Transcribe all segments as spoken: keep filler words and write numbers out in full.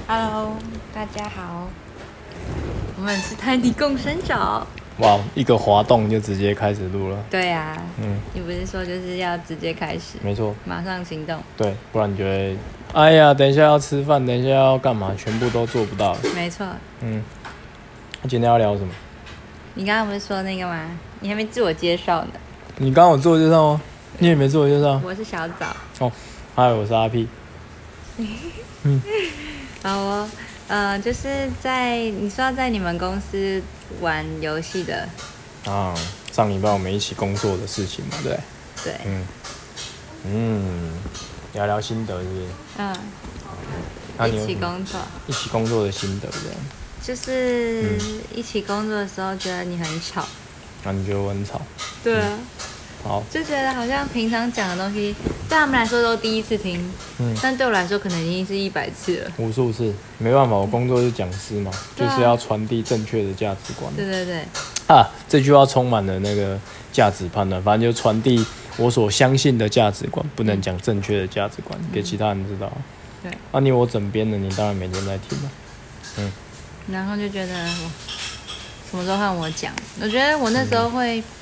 Hello，大家好，我们是泰迪共生者。 哇，一个滑动就直接开始录了。 对啊， 嗯， 你不是说就是要直接开始？ 没错， 马上行动。 对，不然你就会，哎呀，等一下要吃饭，等一下要干嘛，全部都做不到。 没错。 嗯，今天要聊什么？ 你刚刚不是说那个吗？你还没自我介绍呢。 你刚刚有自我介绍吗？你也没自我介绍。 我是小枣。 哦，嗨，我是阿 P。 嗯，好哦，呃，就是在你说要在你们公司玩游戏的啊，上礼拜我们一起工作的事情嘛，对。 对。 嗯嗯，聊聊心得是不是？ 嗯。一起工作。 一起工作的心得这样。 就是一起工作的时候，觉得你很吵。 那、啊、你觉得我很吵？ 对啊。 嗯好， 就觉得好像平常讲的东西，对他们来说都第一次听，嗯，但对我来说可能已经是一百次了， 无数次。没办法，我工作是讲师嘛，就是要传递正确的价值观。 对对对。 啊，这句话充满了那个价值判断，反正就传递我所相信的价值观，不能讲正确的价值观、嗯、给其他人知道。 对。 啊，你我枕边的，你当然每天在听嘛。嗯。 然后就觉得，什么时候换我讲？我觉得我那时候会。嗯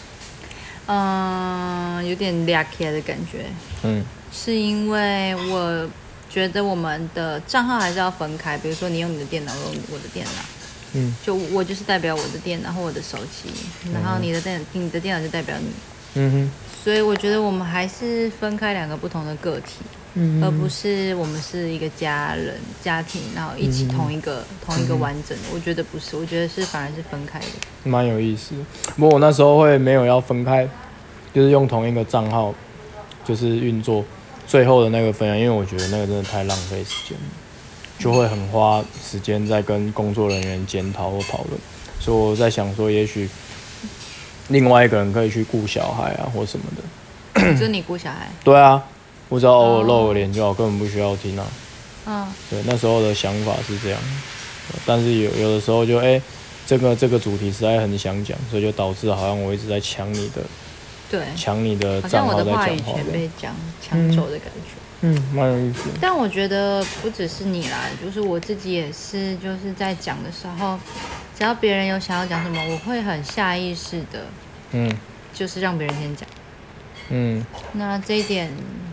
嗯，有点俩起来的感觉。嗯，是因为我觉得我们的账号还是要分开，比如说你用你的电脑，我用我的电脑。嗯，就我就是代表我的电脑或我的手机，然后你的电你的电脑就代表你。嗯哼。所以我觉得我们还是分开两个不同的个体，嗯，而不是我们是一个家人家庭，然后一起同一个、嗯、同一个完整的。我觉得不是，我觉得是反而是分开的。 蛮有意思的。不过我那时候会没有要分开，就是用同一个账号，就是运作最后的那个分享，因为我觉得那个真的太浪费时间了，就会很花时间在跟工作人员检讨或讨论。所以我在想说，也许另外一个人可以去顾小孩啊，或什么的。就是你顾小孩？ 对啊，我只要偶尔露个脸就好，根本不需要听啊。 嗯。对， 那时候的想法是这样，但是有有的时候就哎、欸，这个这个主题实在很想讲，所以就导致好像我一直在抢你的。对，抢你的账号在讲话， 好像我的话语权被讲抢走的感觉。 嗯，蛮有意思。 但我觉得不只是你啦，就是我自己也是，就是在讲的时候，只要别人有想要讲什么，我会很下意识的，嗯，就是让别人先讲。嗯，那这一点，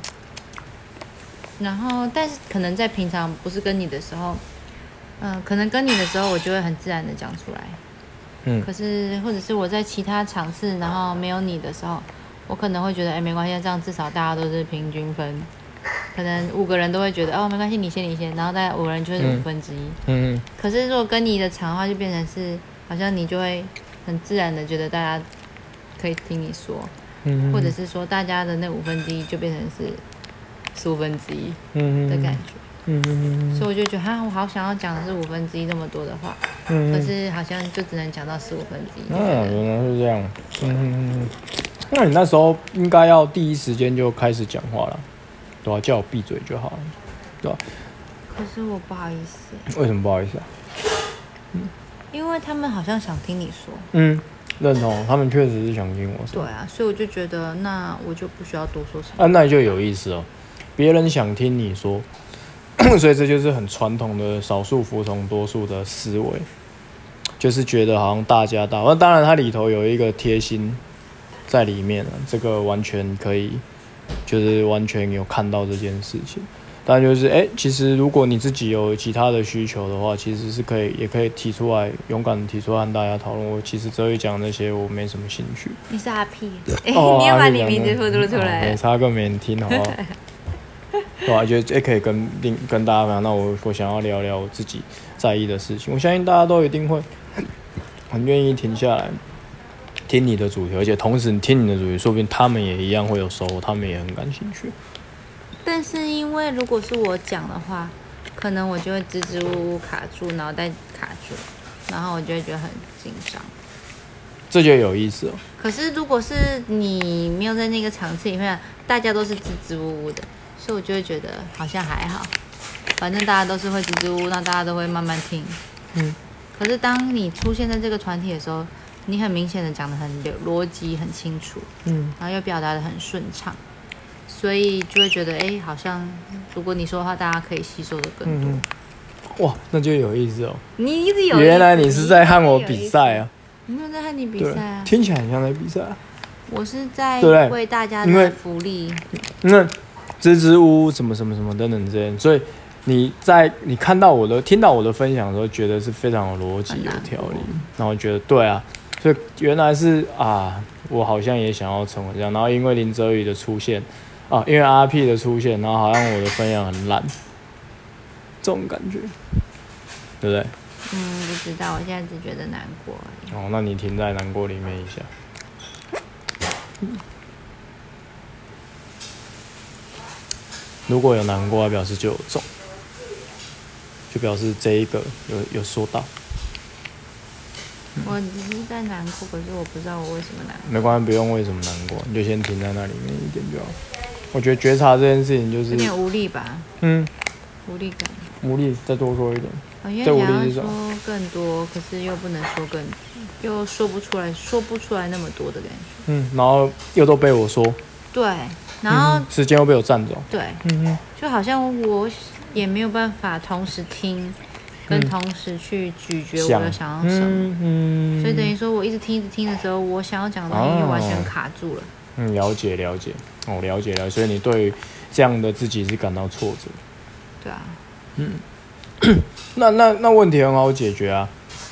然后但是可能在平常不是跟你的时候，嗯、呃，可能跟你的时候，我就会很自然的讲出来。嗯，可是或者是我在其他场次，然后没有你的时候，我可能会觉得，哎，没关系，这样至少大家都是平均分，可能五个人都会觉得，哦，没关系，你先，你先，然后大概五个人就是五分之一。嗯嗯。可是如果跟你的场的话，就变成是，好像你就会很自然的觉得大家可以听你说，嗯，或者是说大家的那五分之一就变成是十五分之一的感觉。嗯嗯嗯，所以我就觉得哈，我好想要讲的是五分之一那么多的话，嗯，可是好像就只能讲到十五分之一。嗯， 原来是这样。嗯嗯嗯，那你那时候应该要第一时间就开始讲话了，对啊，叫我闭嘴就好了，对吧？ 可是我不好意思。 为什么不好意思啊？ 嗯，因为他们好像想听你说。 嗯，认同，他们确实是想听我说。 对啊，所以我就觉得那我就不需要多说什么。 啊，那就有意思哦，别人想听你说。所以这就是很传统的少数服从多数的思维，就是觉得好像大家大，那当然它里头有一个贴心在里面了，这个完全可以，就是完全有看到这件事情。但就是哎、欸，其实如果你自己有其他的需求的话，其实是可以，也可以提出来，勇敢提出来和大家讨论。我其实只会讲那些我没什么兴趣。 你是阿 P， 哎、欸，你要把你名字说出来、 哦，没差，更没人听，好不好？对啊，就也可以跟跟大家分享。那我我想要聊聊我自己在意的事情。我相信大家都一定会很愿意停下来听你的主题，而且同时你听你的主题，说不定他们也一样会有收获，他们也很感兴趣。 但是因为如果是我讲的话，可能我就会支支吾吾卡住，脑袋卡住，然后我就会觉得很紧张。 这就有意思哦。 可是如果是你没有在那个场次里面，大家都是支支吾吾的。所以我就会觉得好像还好，反正大家都是会支支吾吾，那大家都会慢慢听。嗯。可是当你出现在这个团体的时候，你很明显的讲得很逻辑很清楚，嗯，然后又表达得很顺畅，所以就会觉得，哎，好像如果你说的话，大家可以吸收的更多。嗯， 哇，那就有意思哦。 你一直有意思， 原来你是在和我比赛啊？ 我没有在和你比赛啊， 听起来很像在比赛啊。 我是在对为大家的福利。 因为支支吾吾什么什么什么等等之类，所以你在你看到我的、听到我的分享的时候，觉得是非常有逻辑、有条理，然后觉得对啊，所以原来是啊，我好像也想要成为这样。然后因为林哲宇的出现啊，因为阿 P 的出现，然后好像我的分享很烂，这种感觉，对不对？ 嗯，不知道，我现在只觉得难过而已。 哦，那你停在难过里面一下。如果有难过，表示就有中，就表示这一个有有说到。 我只是在难过，可是我不知道我为什么难过。 没关系，不用为什么难过，你就先停在那里面一点就好。我觉得觉察这件事情就是有点无力吧。 嗯， 无力感。 无力，再多说一点。 我因为想要说更多，可是又不能说更，又说不出来，说不出来那么多的感觉。 嗯，然后又都被我说。 对，然后、 嗯、时间又被我占走。 对， 嗯哼， 就好像我也没有办法同时听，跟同时去咀嚼我的想要什么。嗯嗯、所以等于说我一直听一直听的时候，我想要讲的东西又完全卡住了。 嗯，了解了解，哦，了解了解，所以你对这样的自己是感到挫折。 对啊。 嗯。那那那问题很好解决啊。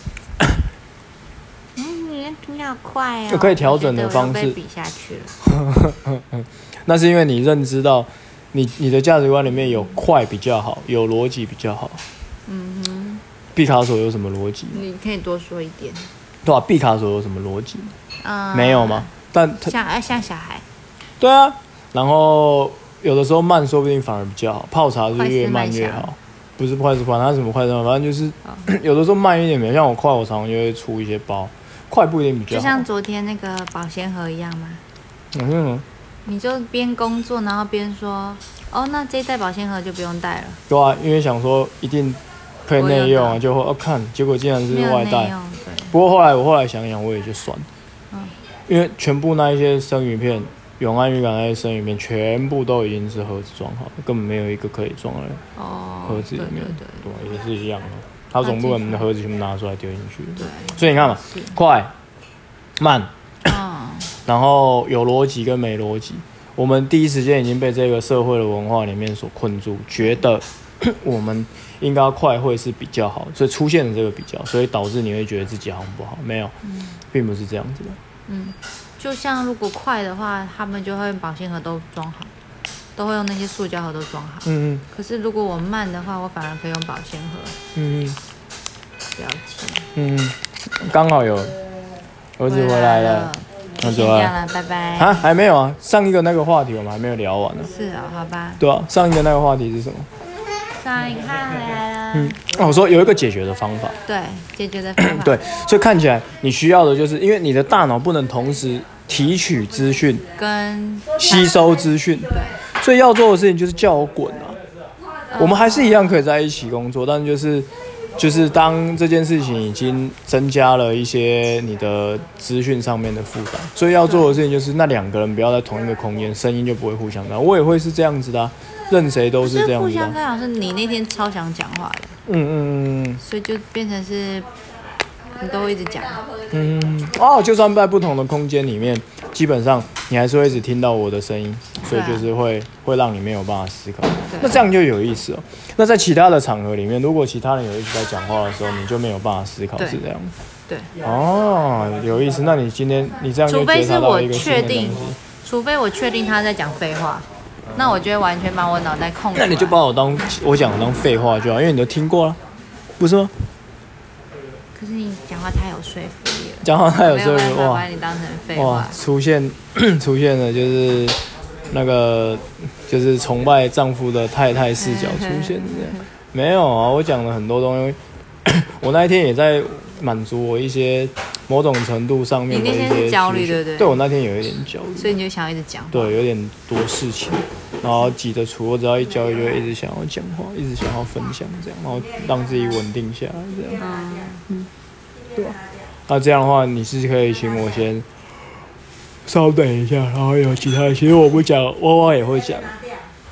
嗯，你听好快哦。 可以调整的方式。 我被比下去了。 那是因为你认知到你，你的价值观里面有快比较好，有逻辑比较好。嗯哼。毕卡索有什么逻辑？ 你可以多说一点。 对啊，毕卡索有什么逻辑？ 嗯， 没有吗？但像像小孩。 对啊，然后有的时候慢，说不定反而比较好。泡茶是越慢越好。不是快是快，它是什么快是慢，反正就是、哦、有的时候慢一点没有，像我快，我常常就会出一些包，快不一定比较好。 就像昨天那个保鲜盒一样吗？ 嗯哼， 你就边工作，然后边说，哦，那这一袋保鲜盒就不用带了。 对啊，因为想说一定可以内用啊，就会哦看，结果竟然是外带。不过后来我后来想想，我也就算了，嗯、因为全部那一些生鱼片。永安渔港那些生鱼片全部都已经是盒子装好了，根本没有一个可以装在盒子里面。哦、对, 对, 对, 对，也是一样的。他总不可能的盒子全部拿出来丢进去。对。所以你看嘛，快、慢，嗯、然后有逻辑跟没逻辑，我们第一时间已经被这个社会的文化里面所困住，觉得我们应该快会是比较好，所以出现了这个比较，所以导致你会觉得自己好像不好。没有，嗯、并不是这样子的。嗯。 就像如果快的话，他们就会保鲜盒都装好，都会用那些塑胶盒都装好。嗯嗯。可是如果我慢的话，我反而可以用保鲜盒。嗯嗯。了解。嗯， 刚好有儿子回来了， 那就这样了，拜拜。 啊，还没有啊，上一个那个话题我们还没有聊完呢。 是啊、哦，好吧。 对啊，上一个那个话题是什么？ 上一个他回来了。 嗯，哦，我说有一个解决的方法。 对，解决的方法。 对，所以看起来你需要的就是，因为你的大脑不能同时提取资讯跟吸收资讯，所以要做的事情就是叫我滚啊！呃、我们还是一样可以在一起工作，但是就是就是当这件事情已经增加了一些你的资讯上面的负担，所以要做的事情就是那两个人不要在同一个空间，声音就不会互相干扰。我也会是这样子的、啊，任谁都是这样子的、啊。 互相干扰是你那天超想讲话的，嗯嗯嗯，所以就变成是。你都会一直讲， 嗯哦，就算在不同的空间里面，基本上你还是会一直听到我的声音，所以就是会、啊、会让你没有办法思考。那这样就有意思了。那在其他的场合里面，如果其他人有一直在讲话的时候，你就没有办法思考，是这样。 对。 哦，有意思。那你今天你这样就觉察到一个新的东西，除非是我确定， 除非我确定他在讲废话，那我就会完全把我脑袋空出来。 那你就把我当我讲的当废话就好，因为你都听过了，不是吗？ 可是你讲话太有说服力了， 讲话太有说服力， 哇！把你当成废话。哇， 出现出现了就是那个就是崇拜丈夫的太太视角出现这样。没有啊，我讲了很多东西，我那一天也在满足我一些某种程度上面的一些。 你那天是焦虑对不对？ 对，我那天有一点焦虑， 所以你就想要一直讲。 对，有点多事情，然后急着出，我只要一焦虑就会一直想要讲话，一直想要分享这样，然后让自己稳定下来这样。嗯嗯，对吧？那这样的话，你是可以请我先稍等一下，然后有其他，其实我不讲，娃娃也会讲。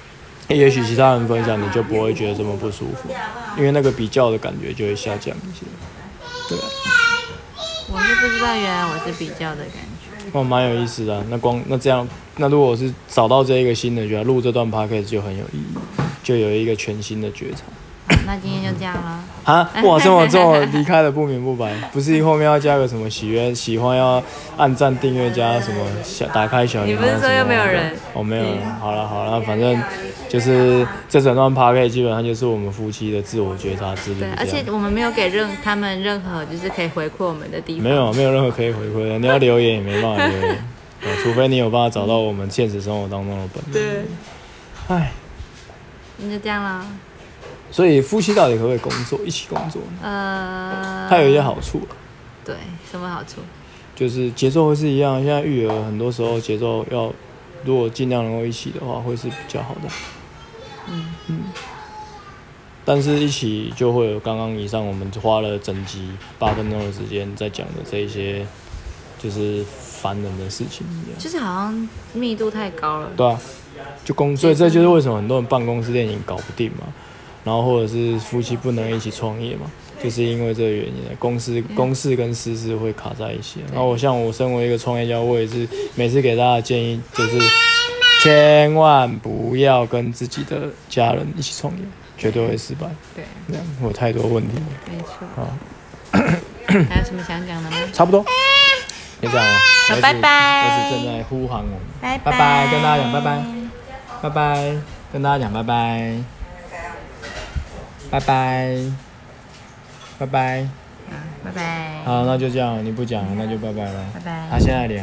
也许其他人分享你就不会觉得这么不舒服，因为那个比较的感觉就会下降一些。对啊。 我是不知道原来我是比较的感觉。 哦，蛮有意思的、啊。那光那这样，那如果我是找到这一个新的，觉得录这段 podcast 就很有意义，就有一个全新的觉察。 那今天就这样了。 啊，哇，这么这么离开的不明不白，不是后面要加个什么喜悦、喜欢要按赞、订阅加什么小打开小铃铛？ 你不是说又没有人？ 哦，没有人。好了好了，反正就是这整段 podcast 基本上就是我们夫妻的自我觉察之旅。 对，而且我们没有给任他们任何就是可以回馈我们的地方。 没有没有任何可以回馈的，你要留言也没办法留言，除非你有办法找到我们现实生活当中的本质。 对。 唉。 那就这样啦。 所以夫妻到底可不可以工作，一起工作呢？呃，它有一些好处。 对，什么好处？ 就是节奏会是一样。现在育儿很多时候节奏要，如果尽量能够一起的话，会是比较好的。嗯嗯。但是一起就会有刚刚以上我们花了整集八分钟的时间在讲的这一些，就是烦人的事情一样。 就是好像密度太高了。 对啊，就公，所以这就是为什么很多人办公室恋情搞不定嘛。然后或者是夫妻不能一起创业嘛，就是因为这个原因，公司公事跟私事会卡在一起。然后我像我身为一个创业家，我也是每次给大家的建议就是，千万不要跟自己的家人一起创业，绝对会失败。 对， 这样会有太多问题。 没错。 好， 还有什么想讲的吗？ 差不多，就这样了。 好，拜拜。 儿子正在呼喊我们， 拜拜拜，跟大家讲拜拜，拜拜，跟大家讲拜拜。拜拜，拜拜， 好，拜拜。 好，那就这样，你不讲了，那就拜拜了。 拜拜。 他现在连。